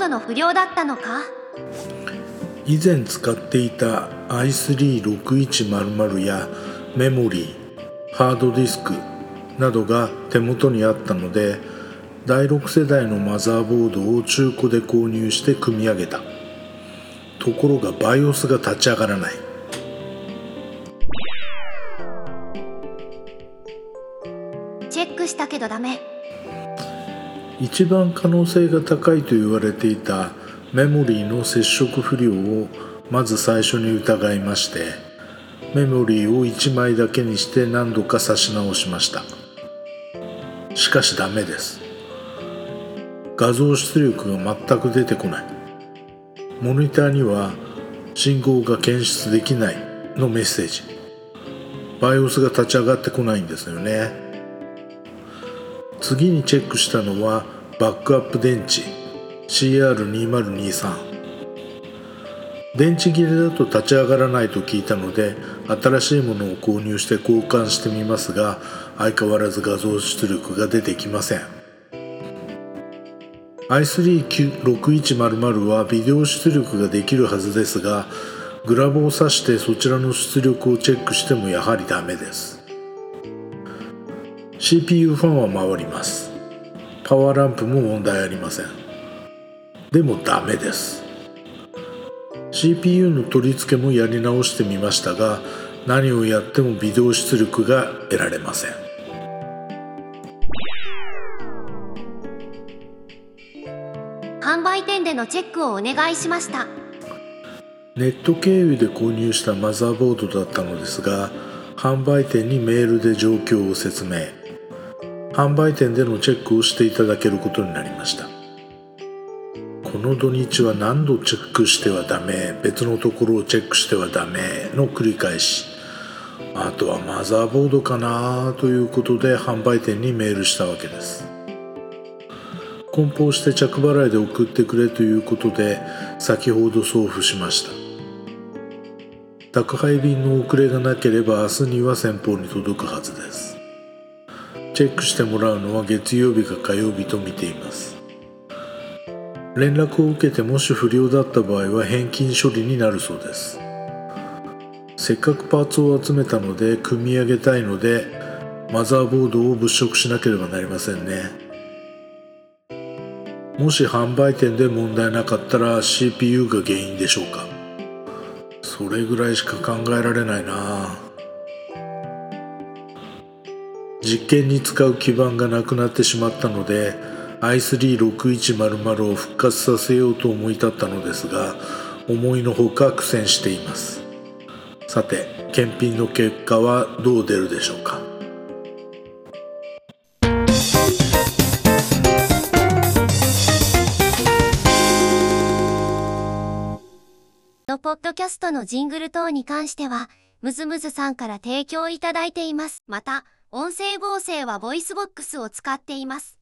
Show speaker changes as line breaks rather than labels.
の不良だったのか？
以前使っていた i3-6100 やメモリー、ハードディスクなどが手元にあったので、第6世代のマザーボードを中古で購入して組み上げた。ところが BIOS が立ち上がらない。
チェックしたけどダメ。
一番可能性が高いと言われていたメモリーの接触不良をまず最初に疑いまして、メモリーを1枚だけにして何度か差し直しました。しかしダメです。画像出力が全く出てこない。モニターには信号が検出できないのメッセージ。BIOS が立ち上がってこないんですよね。次にチェックしたのはバックアップ電池 CR2023。電池切れだと立ち上がらないと聞いたので、新しいものを購入して交換してみますが、相変わらず画像出力が出てきません。i3-6100 はビデオ出力ができるはずですが、グラボを挿してそちらの出力をチェックしてもやはりダメです。 CPU ファンは回ります。パワーランプも問題ありません。でもダメです。 CPU の取り付けもやり直してみましたが、何をやってもビデオ出力が得られません。
販売店でのチェックをお願いしました。
ネット経由で購入したマザーボードだったのですが、販売店にメールで状況を説明。販売店でのチェックをしていただけることになりました。この土日は何度チェックしてはダメ、別のところをチェックしてはダメの繰り返し。あとはマザーボードかなということで販売店にメールしたわけです。梱包して着払いで送ってくれということで先ほど送付しました。宅配便の遅れがなければ明日には先方に届くはずです。チェックしてもらうのは月曜日か火曜日と見ています。連絡を受けてもし不良だった場合は返金処理になるそうです。せっかくパーツを集めたので組み上げたいので、マザーボードを物色しなければなりませんね。もし販売店で問題なかったら CPU が原因でしょうか。それぐらいしか考えられないな。実験に使う基板がなくなってしまったので i3-6100 を復活させようと思い立ったのですが、思いのほか苦戦しています。さて、検品の結果はどう出るでしょうか。
ポッドキャストのジングル等に関しては、ムズムズさんから提供いただいています。また、音声合成はボイスボックスを使っています。